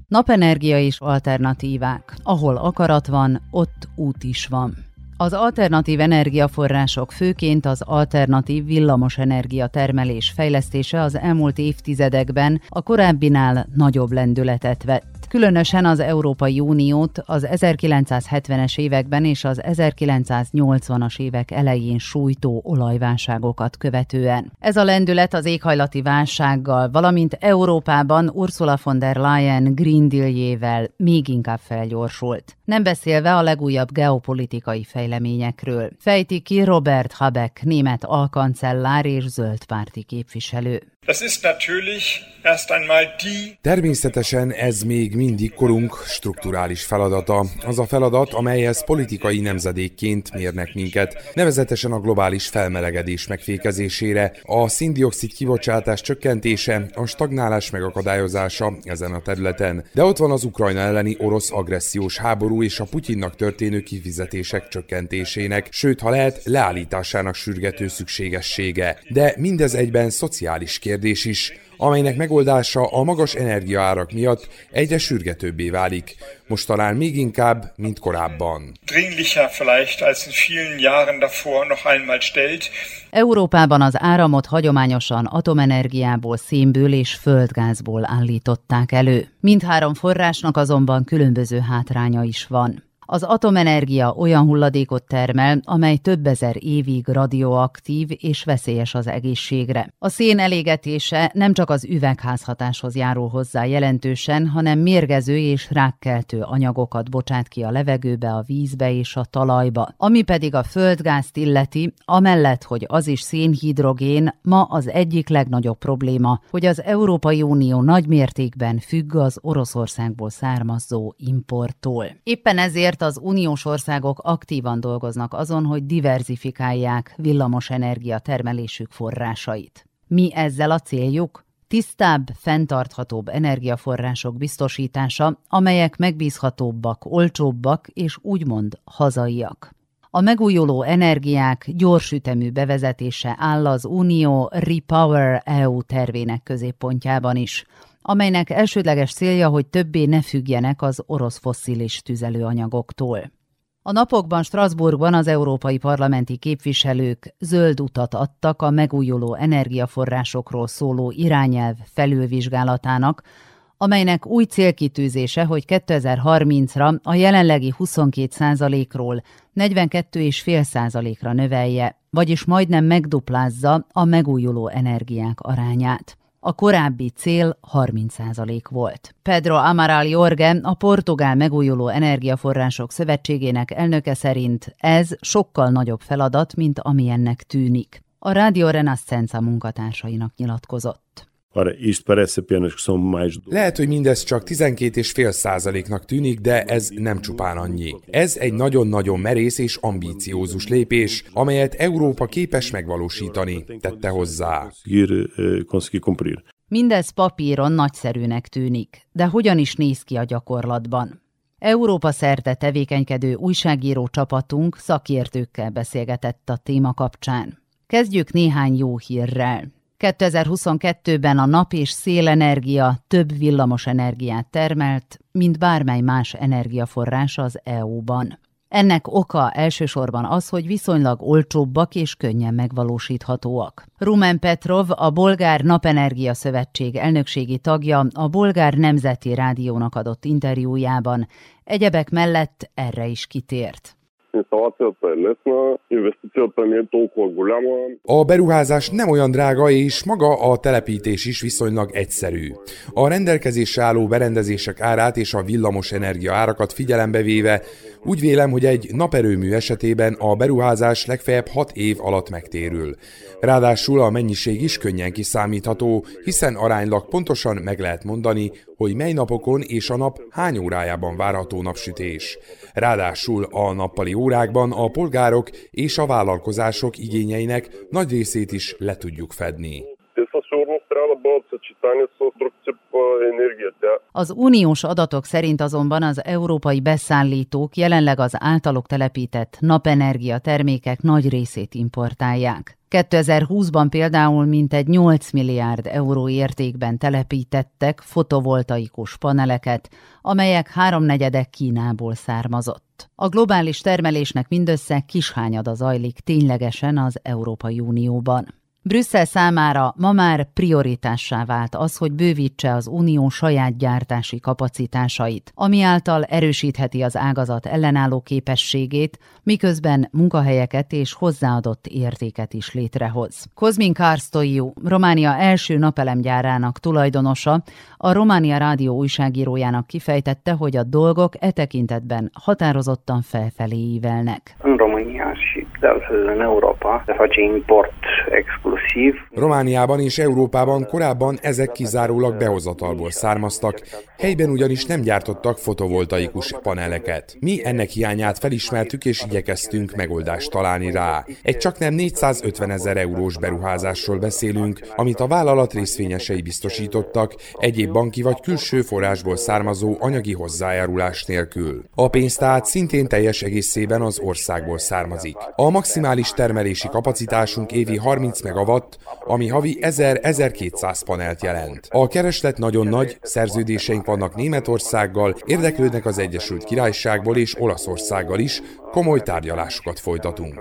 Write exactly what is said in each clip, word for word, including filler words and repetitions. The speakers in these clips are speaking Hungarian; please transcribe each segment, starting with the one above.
Napenergia és alternatívák. Ahol akarat van, ott út is van. Az alternatív energiaforrások, főként az alternatív villamosenergia termelés fejlesztése az elmúlt évtizedekben a korábbinál nagyobb lendületet vett. Különösen az Európai Uniót az ezerkilencszázhetvenes években és az ezerkilencszáznyolcvanas évek elején sújtó olajválságokat követően. Ez a lendület az éghajlati válsággal, valamint Európában Ursula von der Leyen Green Dealjével még inkább felgyorsult. Nem beszélve a legújabb geopolitikai fejleményekről. Fejti ki Robert Habeck, német alkancellár és zöldpárti képviselő. Természetesen ez még mindig korunk strukturális feladata. Az a feladat, amelyhez politikai nemzedékként mérnek minket, nevezetesen a globális felmelegedés megfékezésére, a szén-dioxid kibocsátás csökkentése, a stagnálás megakadályozása ezen a területen. De ott van az Ukrajna elleni orosz agressziós háború és a Putyinnak történő kifizetések csökkentésének, sőt, ha lehet, leállításának sürgető szükségessége. De mindez egyben szociális kérdés is, amelynek megoldása a magas energiaárak miatt egyre sürgetőbbé válik, most talán még inkább, mint korábban. Európában az áramot hagyományosan atomenergiából, szénből és földgázból állították elő. Mindhárom forrásnak azonban különböző hátránya is van. Az atomenergia olyan hulladékot termel, amely több ezer évig radioaktív és veszélyes az egészségre. A szén elégetése nem csak az üvegházhatáshoz járul hozzá jelentősen, hanem mérgező és rákkeltő anyagokat bocsát ki a levegőbe, a vízbe és a talajba. Ami pedig a földgázt illeti, amellett, hogy az is szénhidrogén, ma az egyik legnagyobb probléma, hogy az Európai Unió nagy mértékben függ az Oroszországból származó importtól. Éppen ezért az uniós országok aktívan dolgoznak azon, hogy diverzifikálják villamosenergia termelésük forrásait. Mi ezzel a céljuk? Tisztább, fenntarthatóbb energiaforrások biztosítása, amelyek megbízhatóbbak, olcsóbbak és úgymond hazaiak. A megújuló energiák gyorsütemű bevezetése áll az Unió Repower é u tervének középpontjában is, amelynek elsődleges célja, hogy többé ne függjenek az orosz fosszilis tüzelőanyagoktól. A napokban Strasbourgban az európai parlamenti képviselők zöld utat adtak a megújuló energiaforrásokról szóló irányelv felülvizsgálatának, amelynek új célkitűzése, hogy kétezer-harmincra a jelenlegi huszonkét százalékról negyvenkettő egész öt százalékra növelje, vagyis majdnem megduplázza a megújuló energiák arányát. A korábbi cél harminc százalék volt. Pedro Amaral Jorge, a Portugál Megújuló Energiaforrások Szövetségének elnöke szerint ez sokkal nagyobb feladat, mint amilyennek tűnik. A Radio Renascença munkatársainak nyilatkozott. Lehet, hogy mindez csak tizenkét egész öt százaléknak tűnik, de ez nem csupán annyi. Ez egy nagyon-nagyon merész és ambíciózus lépés, amelyet Európa képes megvalósítani, tette hozzá. Mindez papíron nagyszerűnek tűnik, de hogyan is néz ki a gyakorlatban? Európa szerte tevékenykedő újságíró csapatunk szakértőkkel beszélgetett a téma kapcsán. Kezdjük néhány jó hírrel. kétezer-huszonkettőben a nap- és szélenergia több villamosenergiát termelt, mint bármely más energiaforrás az é u-ban. Ennek oka elsősorban az, hogy viszonylag olcsóbbak és könnyen megvalósíthatóak. Rumen Petrov, a Bolgár Napenergia Szövetség elnökségi tagja a Bolgár Nemzeti Rádiónak adott interjújában egyebek mellett erre is kitért. A beruházás nem olyan drága, és maga a telepítés is viszonylag egyszerű. A rendelkezésre álló berendezések árát és a villamos energia árakat figyelembe véve úgy vélem, hogy egy naperőmű esetében a beruházás legfeljebb hat év alatt megtérül. Ráadásul a mennyiség is könnyen kiszámítható, hiszen aránylag pontosan meg lehet mondani, hogy mely napokon és a nap hány órájában várható napsütés. Ráadásul a nappali órákban a polgárok és a vállalkozások igényeinek nagy részét is le tudjuk fedni. Az uniós adatok szerint azonban az európai beszállítók jelenleg az általuk telepített napenergia termékek nagy részét importálják. kétezer-húszban például mintegy nyolc milliárd euró értékben telepítettek fotovoltaikus paneleket, amelyek háromnegyede Kínából származott. A globális termelésnek mindössze kishányada zajlik ténylegesen az Európai Unióban. Brüsszel számára ma már prioritássá vált az, hogy bővítse az unió saját gyártási kapacitásait, ami által erősítheti az ágazat ellenálló képességét, miközben munkahelyeket és hozzáadott értéket is létrehoz. Cosmin Carstoiu, Románia első napelemgyárának tulajdonosa, a Románia Rádió újságírójának kifejtette, hogy a dolgok e tekintetben határozottan felfelé ívelnek. Romániában és Európában korábban ezek kizárólag behozatalból származtak, helyben ugyanis nem gyártottak fotovoltaikus paneleket. Mi ennek hiányát felismertük és igyekeztünk megoldást találni rá. Egy csaknem négyszázötvenezer eurós beruházásról beszélünk, amit a vállalat részvényesei biztosítottak, egyéb banki vagy külső forrásból származó anyagi hozzájárulás nélkül. A pénz tehát szintén teljes egészében az országból származik. A maximális termelési kapacitásunk évi harminc megawatt, ami havi ezer-ezerkétszáz panelt jelent. A kereslet nagyon nagy, szerződéseink vannak Németországgal, érdeklődnek az Egyesült Királyságból és Olaszországgal is, komoly tárgyalásokat folytatunk.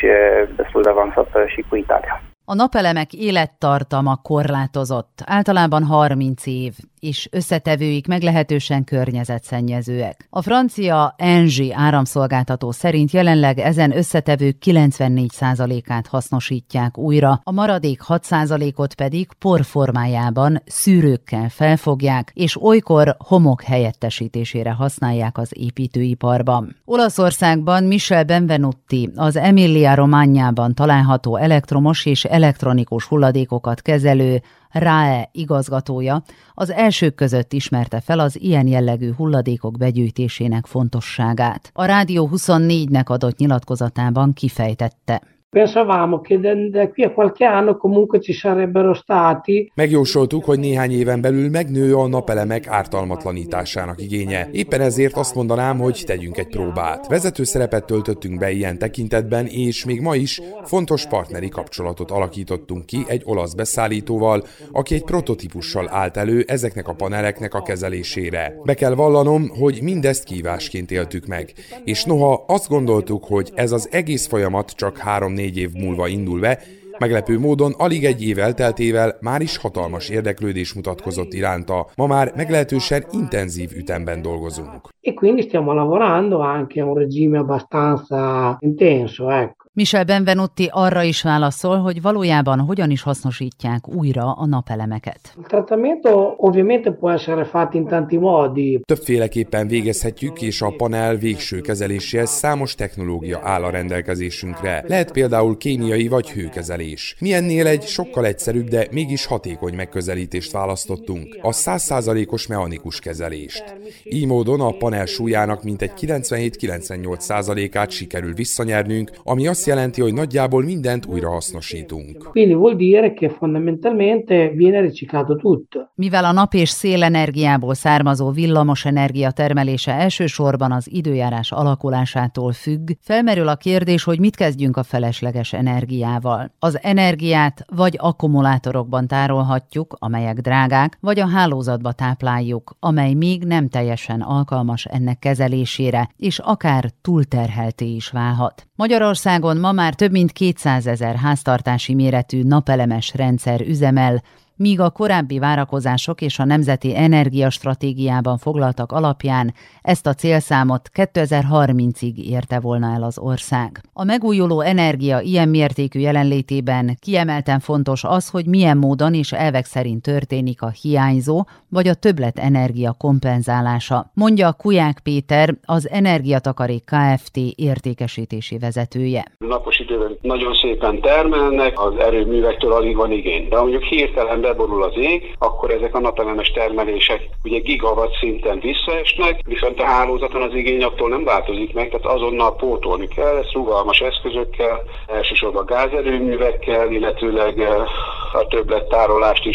A napelemek élettartama korlátozott, általában harminc év, és összetevőik meglehetősen környezetszennyezőek. A francia Engie áramszolgáltató szerint jelenleg ezen összetevők kilencvennégy százalékát hasznosítják újra, a maradék hat százalékot pedig por formájában szűrőkkel felfogják, és olykor homok helyettesítésére használják az építőiparban. Olaszországban Michel Benvenuti, az Emilia-Romagnában található elektromos és elektronikus hulladékokat kezelő er á e igazgatója az elsők között ismerte fel az ilyen jellegű hulladékok begyűjtésének fontosságát. A Rádió huszonnégynek adott nyilatkozatában kifejtette. Pensavamo che da qui a qualche anno comunque ci sarebbero stati. Megjósoltuk, hogy néhány éven belül megnő a napelemek ártalmatlanításának igénye. Éppen ezért azt mondanám, hogy tegyünk egy próbát. Vezető szerepet töltöttünk be ilyen tekintetben, és még ma is fontos partneri kapcsolatot alakítottunk ki egy olasz beszállítóval, aki egy prototípussal állt elő ezeknek a paneleknek a kezelésére. Be kell vallanom, hogy mindezt kívásként éltük meg, és noha azt gondoltuk, hogy ez az egész folyamat csak három négy év múlva indul be, meglepő módon alig egy év elteltével már is hatalmas érdeklődés mutatkozott iránta. Ma már meglehetősen intenzív ütemben dolgozunk. E quindi stiamo lavorando anche a un regime abbastanza intenso, ecco. Michel Benvenuti arra is válaszol, hogy valójában hogyan is hasznosítják újra a napelemeket. Il trattamento ovviamente può essere fatto in tanti modi. Többféleképpen végezhetjük, és a panel végső kezeléséhez számos technológia áll a rendelkezésünkre. Lehet például kémiai vagy hőkezelés. Mi ennél egy sokkal egyszerűbb, de mégis hatékony megközelítést választottunk, a száz százalékos mechanikus kezelést. Így módon a panel súlyának mintegy kilencvenhét-kilencvennyolc százalékát sikerül visszanyernünk, ami azt jelenti, hogy nagyjából mindent újra hasznosítunk. Quindi vuol dire che fondamentalmente viene riciclato tutto. Mivel a nap és szélenergiából származó villamos energia termelése elsősorban az időjárás alakulásától függ, felmerül a kérdés, hogy mit kezdjünk a felesleges energiával. Az energiát vagy akkumulátorokban tárolhatjuk, amelyek drágák, vagy a hálózatba tápláljuk, amely még nem teljesen alkalmas ennek kezelésére, és akár túlterhelté is válhat. Magyarországon ma már több mint kétszázezer háztartási méretű napelemes rendszer üzemel, míg a korábbi várakozások és a Nemzeti Energiastratégiában foglaltak alapján ezt a célszámot kétezer-harmincig érte volna el az ország. A megújuló energia ilyen mértékű jelenlétében kiemelten fontos az, hogy milyen módon és elvek szerint történik a hiányzó vagy a többlet energia kompenzálása, mondja Kuják Péter, az Energiatakarék Kft. Értékesítési vezetője. Napos időben nagyon szépen termelnek, az erőművektől alig van igény. De mondjuk hirtelen beborul az ég, akkor ezek a napelemes termelések ugye gigawatt szinten visszaesnek, viszont a hálózaton az igény attól nem változik meg, tehát azonnal pótolni kell, ezt rugalmas eszközökkel, elsősorban gázerőművekkel, illetőleg a többlettárolást is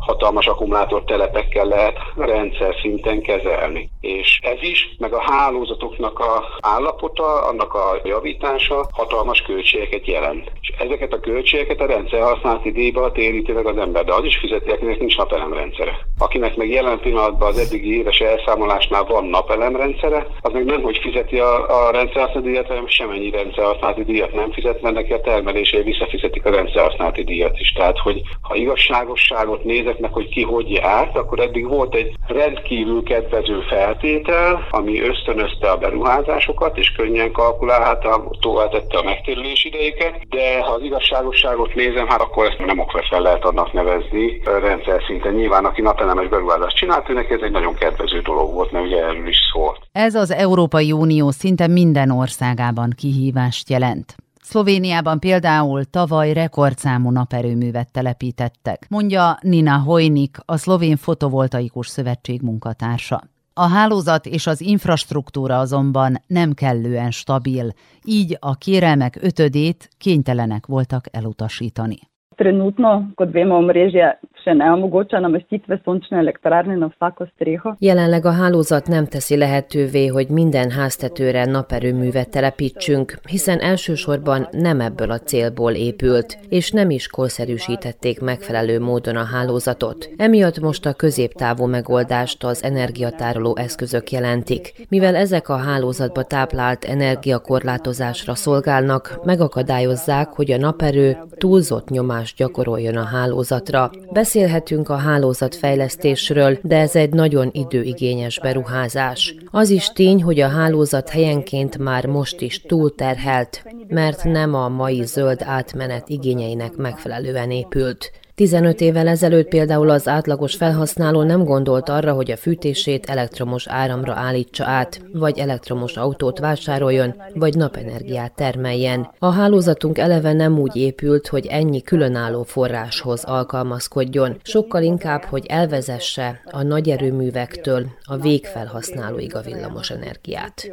hatalmas akkumulátortelepekkel lehet rendszer szinten kezelni. És ez is, meg a hálózatoknak a állapota, annak a javítása hatalmas költségeket jelent. És ezeket a költségeket a rendszerhasználati díjba téríti meg az ember, de az is fizeti, akinek nincs napelemrendszere. Akinek meg jelen pillanatban az eddigi éves elszámolásnál van napelemrendszere, az meg nem hogy fizeti a, a rendszerhasználati díjat, hanem semennyi rendszerhasználati díjat nem fizet, mert neki a termelésére visszafizetik a rendszerhasználati díjat is. Tehát, hogy ha igazságosságot nézek meg, hogy ki hogy járt, akkor eddig volt egy rendkívül kedvező feltétel, ami ösztönözte a beruházásokat, és könnyen kalkulálhatta, továbbtette a megtérülés idejéket, de ha az igazságosságot nézem, hát akkor ezt nem okvetlen lehet annak nevezni rendszer szinten. Nyilván, aki napelemes beruházást csinált, őnek ez egy nagyon kedvező dolog volt, mert ugye erről is szólt. Ez az Európai Unió szinte minden országában kihívást jelent. Szlovéniában például tavaly rekordszámú naperőművet telepítettek, mondja Nina Hojnik, a Szlovén Fotovoltaikus Szövetség munkatársa. A hálózat és az infrastruktúra azonban nem kellően stabil, így a kérelmek ötödét kénytelenek voltak elutasítani. Trenutno, kot vemo, omrežje še ne omogoča namestitve sončne elektrárne na vsako streho. Jelenleg a hálózat nem teszi lehetővé, hogy minden háztetőre naperőművet telepítsünk, hiszen elsősorban nem ebből a célból épült, és nem is korszerűsítették megfelelő módon a hálózatot. Emiatt most a középtávú megoldást az energiatároló eszközök jelentik. Mivel ezek a hálózatba táplált energiakorlátozásra szolgálnak, megakadályozzák, hogy a naperő túlzott nyomás gyakoroljon a hálózatra. Beszélhetünk a hálózatfejlesztésről, de ez egy nagyon időigényes beruházás. Az is tény, hogy a hálózat helyenként már most is túlterhelt, mert nem a mai zöld átmenet igényeinek megfelelően épült. tizenöt évvel ezelőtt például az átlagos felhasználó nem gondolt arra, hogy a fűtését elektromos áramra állítsa át, vagy elektromos autót vásároljon, vagy napenergiát termeljen. A hálózatunk eleve nem úgy épült, hogy ennyi különálló forráshoz alkalmazkodjon, sokkal inkább, hogy elvezesse a nagy erőművektől a végfelhasználóig a villamos energiát.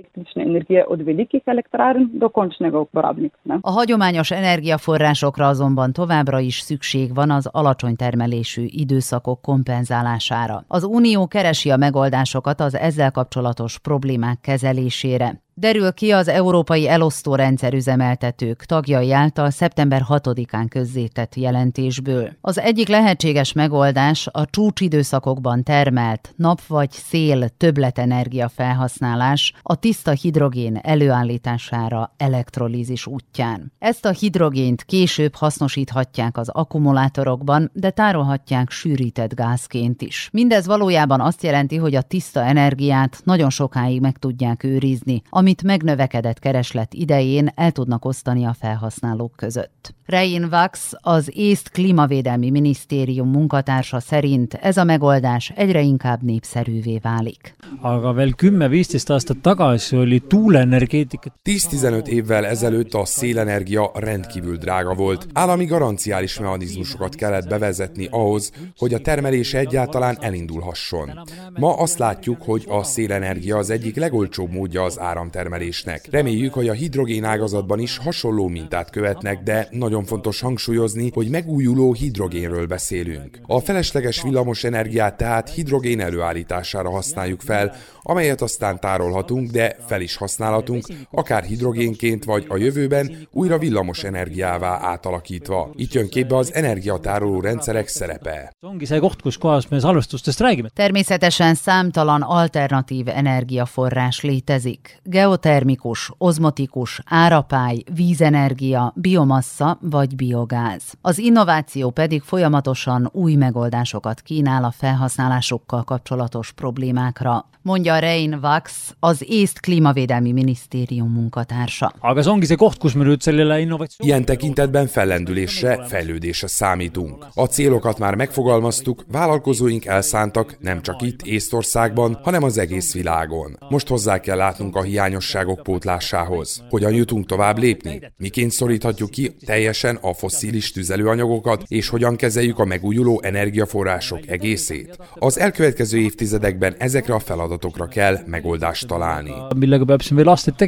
A hagyományos energiaforrásokra azonban továbbra is szükség van az alacsony termelésű időszakok kompenzálására. Az Unió keresi a megoldásokat az ezzel kapcsolatos problémák kezelésére. Derül ki az Európai Elosztórendszer üzemeltetők tagjai által szeptember hatodikán közzétett jelentésből. Az egyik lehetséges megoldás a csúcsidőszakokban termelt nap vagy szél többletenergia felhasználás a tiszta hidrogén előállítására elektrolízis útján. Ezt a hidrogént később hasznosíthatják az akkumulátorokban, de tárolhatják sűrített gázként is. Mindez valójában azt jelenti, hogy a tiszta energiát nagyon sokáig meg tudják őrizni, amit megnövekedett kereslet idején el tudnak osztani a felhasználók között. Rein Vaks, az észt klímavédelmi minisztérium munkatársa szerint ez a megoldás egyre inkább népszerűvé válik. Aga veel kümme-viisteist aastat tagasi oli tuuleenergeetika. tíz-tizenöt évvel ezelőtt a szélenergia rendkívül drága volt. Állami garanciális mechanizmusokat kellett bevezetni ahhoz, hogy a termelés egyáltalán elindulhasson. Ma azt látjuk, hogy a szélenergia az egyik legolcsóbb módja az áramtermelésnek. Reméljük, hogy a hidrogén ágazatban is hasonló mintát követnek, de nagyon fontos hangsúlyozni, hogy megújuló hidrogénről beszélünk. A felesleges villamos energiát tehát hidrogén előállítására használjuk fel, amelyet aztán tárolhatunk, de fel is használhatunk, akár hidrogénként vagy a jövőben újra villamos energiává átalakítva. Itt jön képbe az energiatároló rendszerek szerepe. Természetesen számtalan alternatív energiaforrás létezik. Geotermikus, ozmotikus, árapály, vízenergia, biomassa vagy biogáz. Az innováció pedig folyamatosan új megoldásokat kínál a felhasználásokkal kapcsolatos problémákra, mondja Rein Vaks, az észt klímavédelmi minisztérium munkatársa. Ilyen tekintetben fellendülésre, fejlődésre számítunk. A célokat már megfogalmaztuk, vállalkozóink elszántak nem csak itt Észtországban, hanem az egész világon. Most hozzá kell látnunk a hiányosságok pótlásához. Hogyan jutunk tovább lépni? Miként szoríthatjuk ki teljesen a fosszilis tüzelőanyagokat, és hogyan kezeljük a megújuló energiaforrások egészét? Az elkövetkező évtizedekben ezekre a feladatokra kell megoldást találni.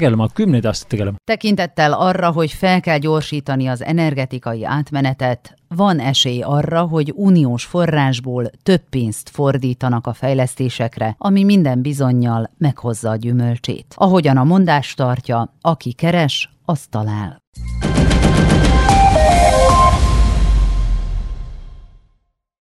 Tekintettel arra, hogy fel kell gyorsítani az energetikai átmenetet, van esély arra, hogy uniós forrásból több pénzt fordítanak a fejlesztésekre, ami minden bizonnyal meghozza a gyümölcsét. Ahogyan a mondás tartja, aki keres, az talál.